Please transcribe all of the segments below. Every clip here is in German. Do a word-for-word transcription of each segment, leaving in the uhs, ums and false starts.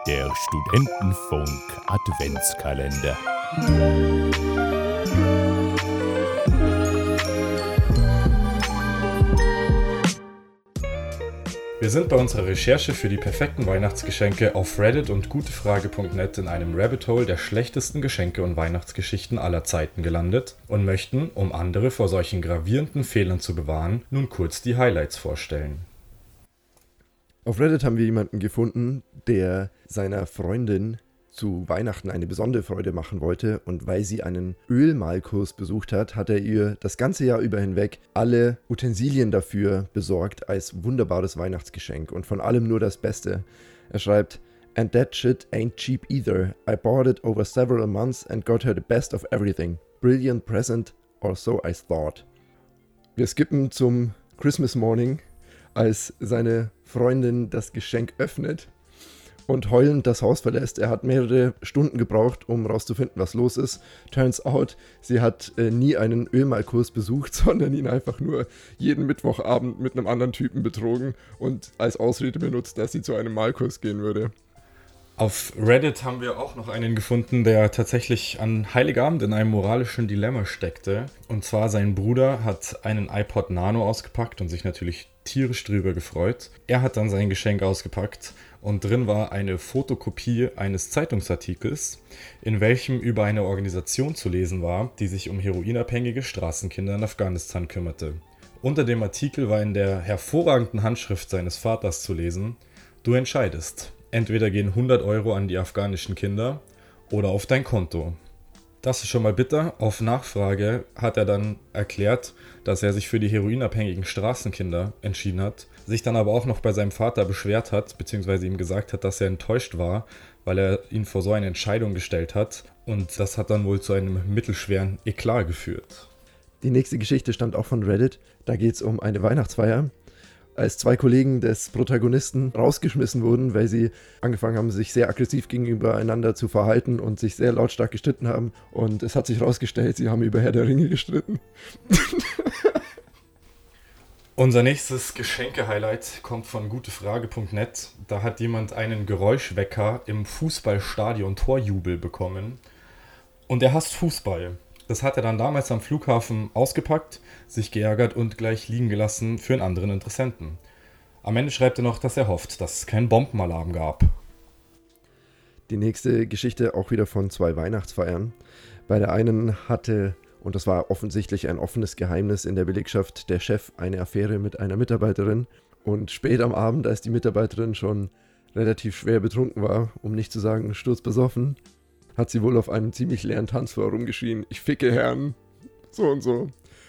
Der Studentenfunk Adventskalender. Wir sind bei unserer Recherche für die perfekten Weihnachtsgeschenke auf Reddit und gutefrage punkt net in einem Rabbit Hole der schlechtesten Geschenke und Weihnachtsgeschichten aller Zeiten gelandet und möchten, um andere vor solchen gravierenden Fehlern zu bewahren, nun kurz die Highlights vorstellen. Auf Reddit haben wir jemanden gefunden, der seiner Freundin zu Weihnachten eine besondere Freude machen wollte, und weil sie einen Ölmalkurs besucht hat, hat er ihr das ganze Jahr über hinweg alle Utensilien dafür besorgt als wunderbares Weihnachtsgeschenk und von allem nur das Beste. Er schreibt: "And that shit ain't cheap either. I bought it over several months and got her the best of everything. Brilliant present, or so I thought." Wir skippen zum Christmas Morning, als seine Freundin das Geschenk öffnet und heulend das Haus verlässt. Er hat mehrere Stunden gebraucht, um rauszufinden, was los ist. Turns out, sie hat äh, nie einen Ölmalkurs besucht, sondern ihn einfach nur jeden Mittwochabend mit einem anderen Typen betrogen und als Ausrede benutzt, dass sie zu einem Malkurs gehen würde. Auf Reddit haben wir auch noch einen gefunden, der tatsächlich an Heiligabend in einem moralischen Dilemma steckte. Und zwar sein Bruder hat einen iPod Nano ausgepackt und sich natürlich tierisch drüber gefreut. Er hat dann sein Geschenk ausgepackt und drin war eine Fotokopie eines Zeitungsartikels, in welchem über eine Organisation zu lesen war, die sich um heroinabhängige Straßenkinder in Afghanistan kümmerte. Unter dem Artikel war in der hervorragenden Handschrift seines Vaters zu lesen: "Du entscheidest. Entweder gehen hundert Euro an die afghanischen Kinder oder auf dein Konto." Das ist schon mal bitter. Auf Nachfrage hat er dann erklärt, dass er sich für die heroinabhängigen Straßenkinder entschieden hat, sich dann aber auch noch bei seinem Vater beschwert hat, beziehungsweise ihm gesagt hat, dass er enttäuscht war, weil er ihn vor so eine Entscheidung gestellt hat. Und das hat dann wohl zu einem mittelschweren Eklat geführt. Die nächste Geschichte stammt auch von Reddit. Da geht es um eine Weihnachtsfeier, als zwei Kollegen des Protagonisten rausgeschmissen wurden, weil sie angefangen haben, sich sehr aggressiv gegenüber einander zu verhalten und sich sehr lautstark gestritten haben. Und es hat sich herausgestellt, sie haben über Herr der Ringe gestritten. Unser nächstes Geschenke-Highlight kommt von gutefrage punkt net. Da hat jemand einen Geräuschwecker im Fußballstadion-Torjubel bekommen. Und er hasst Fußball. Das hat er dann damals am Flughafen ausgepackt, sich geärgert und gleich liegen gelassen für einen anderen Interessenten. Am Ende schreibt er noch, dass er hofft, dass es keinen Bombenalarm gab. Die nächste Geschichte auch wieder von zwei Weihnachtsfeiern. Bei der einen hatte, und das war offensichtlich ein offenes Geheimnis in der Belegschaft, der Chef eine Affäre mit einer Mitarbeiterin. Und spät am Abend, als die Mitarbeiterin schon relativ schwer betrunken war, um nicht zu sagen sturzbesoffen, hat sie wohl auf einem ziemlich leeren Tanzfloor rumgeschrien: "Ich ficke Herrn", so und so.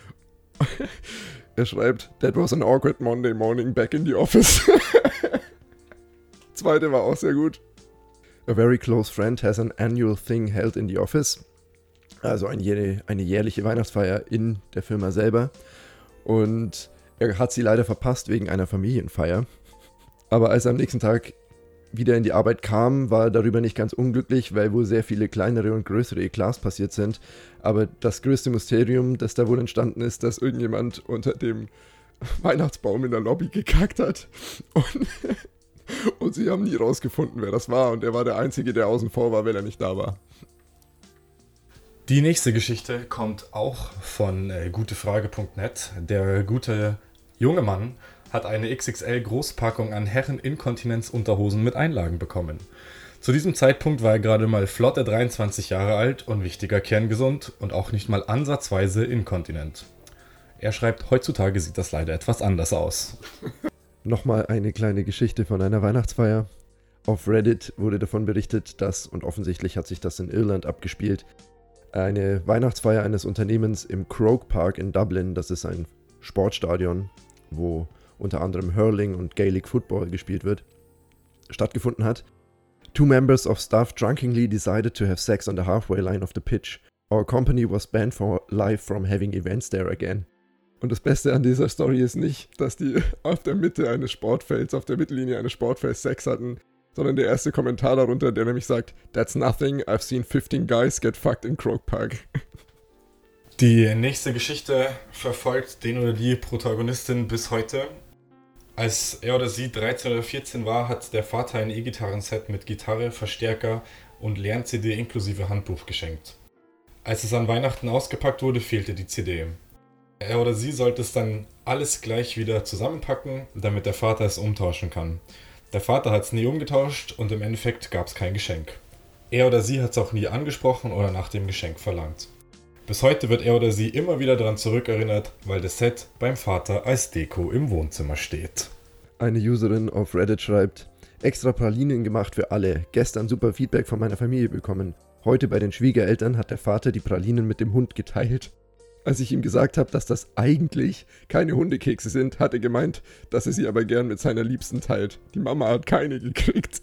Er schreibt: "That was an awkward Monday morning back in the office." Zweite war auch sehr gut. "A very close friend has an annual thing held in the office." Also eine, eine jährliche Weihnachtsfeier in der Firma selber. Und er hat sie leider verpasst wegen einer Familienfeier. Aber als er am nächsten Tag wieder in die Arbeit kam, war er darüber nicht ganz unglücklich, weil wohl sehr viele kleinere und größere Eklats passiert sind. Aber das größte Mysterium, das da wohl entstanden ist, dass irgendjemand unter dem Weihnachtsbaum in der Lobby gekackt hat. Und, und sie haben nie rausgefunden, wer das war. Und er war der Einzige, der außen vor war, weil er nicht da war. Die nächste Geschichte kommt auch von äh, gutefrage punkt net. Der gute junge Mann hat eine X X L-Großpackung an Herren-Inkontinenz-Unterhosen mit Einlagen bekommen. Zu diesem Zeitpunkt war er gerade mal flotte dreiundzwanzig Jahre alt und wichtiger kerngesund und auch nicht mal ansatzweise inkontinent. Er schreibt: "Heutzutage sieht das leider etwas anders aus." Nochmal eine kleine Geschichte von einer Weihnachtsfeier. Auf Reddit wurde davon berichtet, dass, und offensichtlich hat sich das in Irland abgespielt, eine Weihnachtsfeier eines Unternehmens im Croke Park in Dublin, das ist ein Sportstadion, wo unter anderem Hurling und Gaelic Football gespielt wird, stattgefunden hat. "Two members of staff drunkenly decided to have sex on the halfway line of the pitch. Our company was banned for life from having events there again." Und das Beste an dieser Story ist nicht, dass die auf der Mitte eines Sportfelds, auf der Mittellinie eines Sportfelds Sex hatten, sondern der erste Kommentar darunter, der nämlich sagt: "That's nothing, I've seen fifteen guys get fucked in Croke Park." Die nächste Geschichte verfolgt den oder die Protagonistin bis heute. Als er oder sie dreizehn oder vierzehn war, hat der Vater ein E-Gitarren-Set mit Gitarre, Verstärker und Lern-C D inklusive Handbuch geschenkt. Als es an Weihnachten ausgepackt wurde, fehlte die C D. Er oder sie sollte es dann alles gleich wieder zusammenpacken, damit der Vater es umtauschen kann. Der Vater hat es nie umgetauscht und im Endeffekt gab es kein Geschenk. Er oder sie hat es auch nie angesprochen oder nach dem Geschenk verlangt. Bis heute wird er oder sie immer wieder daran zurückerinnert, weil das Set beim Vater als Deko im Wohnzimmer steht. Eine Userin auf Reddit schreibt: Extra Pralinen gemacht für alle. Gestern super Feedback von meiner Familie bekommen. Heute bei den Schwiegereltern hat der Vater die Pralinen mit dem Hund geteilt. Als ich ihm gesagt habe, dass das eigentlich keine Hundekekse sind, hat er gemeint, dass er sie aber gern mit seiner Liebsten teilt. Die Mama hat keine gekriegt.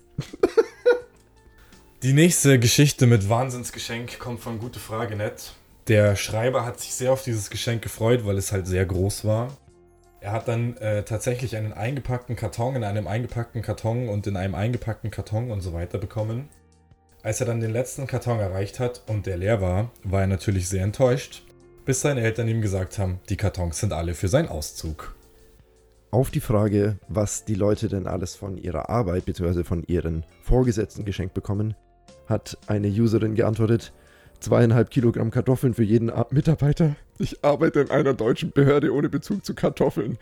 Die nächste Geschichte mit Wahnsinnsgeschenk kommt von Gute Frage Net. Der Schreiber hat sich sehr auf dieses Geschenk gefreut, weil es halt sehr groß war. Er hat dann äh, tatsächlich einen eingepackten Karton in einem eingepackten Karton und in einem eingepackten Karton und so weiter bekommen. Als er dann den letzten Karton erreicht hat und der leer war, war er natürlich sehr enttäuscht, bis seine Eltern ihm gesagt haben, die Kartons sind alle für seinen Auszug. Auf die Frage, was die Leute denn alles von ihrer Arbeit bzw. von ihren Vorgesetzten geschenkt bekommen, hat eine Userin geantwortet: Zweieinhalb Kilogramm Kartoffeln für jeden Mitarbeiter. Ich arbeite in einer deutschen Behörde ohne Bezug zu Kartoffeln.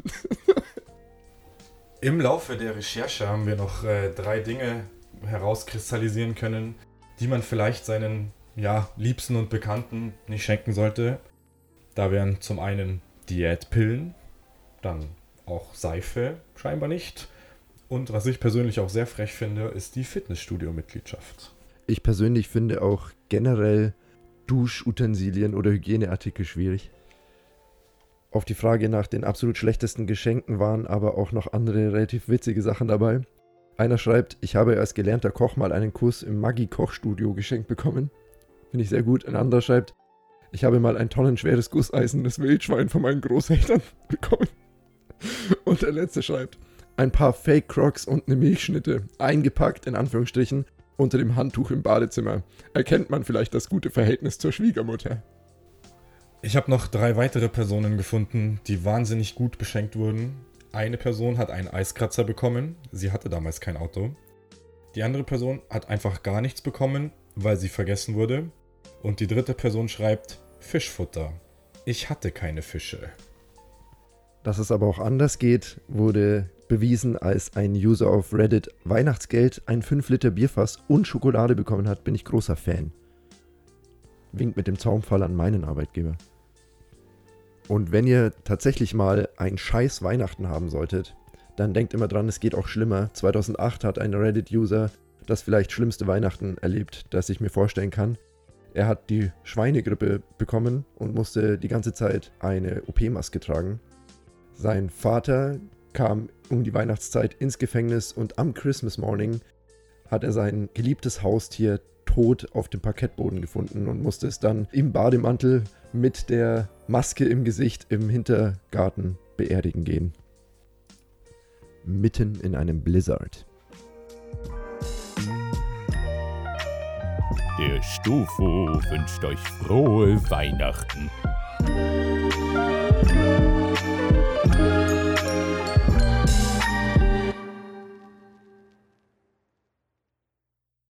Im Laufe der Recherche haben wir noch äh, drei Dinge herauskristallisieren können, die man vielleicht seinen ja, Liebsten und Bekannten nicht schenken sollte. Da wären zum einen Diätpillen, dann auch Seife, scheinbar nicht. Und was ich persönlich auch sehr frech finde, ist die Fitnessstudio-Mitgliedschaft. Ich persönlich finde auch generell Duschutensilien oder Hygieneartikel schwierig. Auf die Frage nach den absolut schlechtesten Geschenken waren aber auch noch andere relativ witzige Sachen dabei. Einer schreibt: Ich habe als gelernter Koch mal einen Kurs im Maggi-Kochstudio geschenkt bekommen. Finde ich sehr gut. Ein anderer schreibt: Ich habe mal ein tonnenschweres gusseisernes Wildschwein von meinen Großeltern bekommen. Und der letzte schreibt: Ein paar Fake Crocs und eine Milchschnitte, eingepackt in Anführungsstrichen, unter dem Handtuch im Badezimmer. Erkennt man vielleicht das gute Verhältnis zur Schwiegermutter. Ich habe noch drei weitere Personen gefunden, die wahnsinnig gut beschenkt wurden. Eine Person hat einen Eiskratzer bekommen, sie hatte damals kein Auto. Die andere Person hat einfach gar nichts bekommen, weil sie vergessen wurde. Und die dritte Person schreibt: Fischfutter. Ich hatte keine Fische. Dass es aber auch anders geht, wurde bewiesen, als ein User auf Reddit Weihnachtsgeld, ein fünf Liter Bierfass und Schokolade bekommen hat. Bin ich großer Fan. Winkt mit dem Zaunpfahl an meinen Arbeitgeber. Und wenn ihr tatsächlich mal ein scheiß Weihnachten haben solltet, dann denkt immer dran, es geht auch schlimmer. zweitausendacht hat ein Reddit-User das vielleicht schlimmste Weihnachten erlebt, das ich mir vorstellen kann. Er hat die Schweinegrippe bekommen und musste die ganze Zeit eine O P-Maske tragen. Sein Vater kam um die Weihnachtszeit ins Gefängnis und am Christmas Morning hat er sein geliebtes Haustier tot auf dem Parkettboden gefunden und musste es dann im Bademantel mit der Maske im Gesicht im Hintergarten beerdigen gehen. Mitten in einem Blizzard. Der Stufo wünscht euch frohe Weihnachten.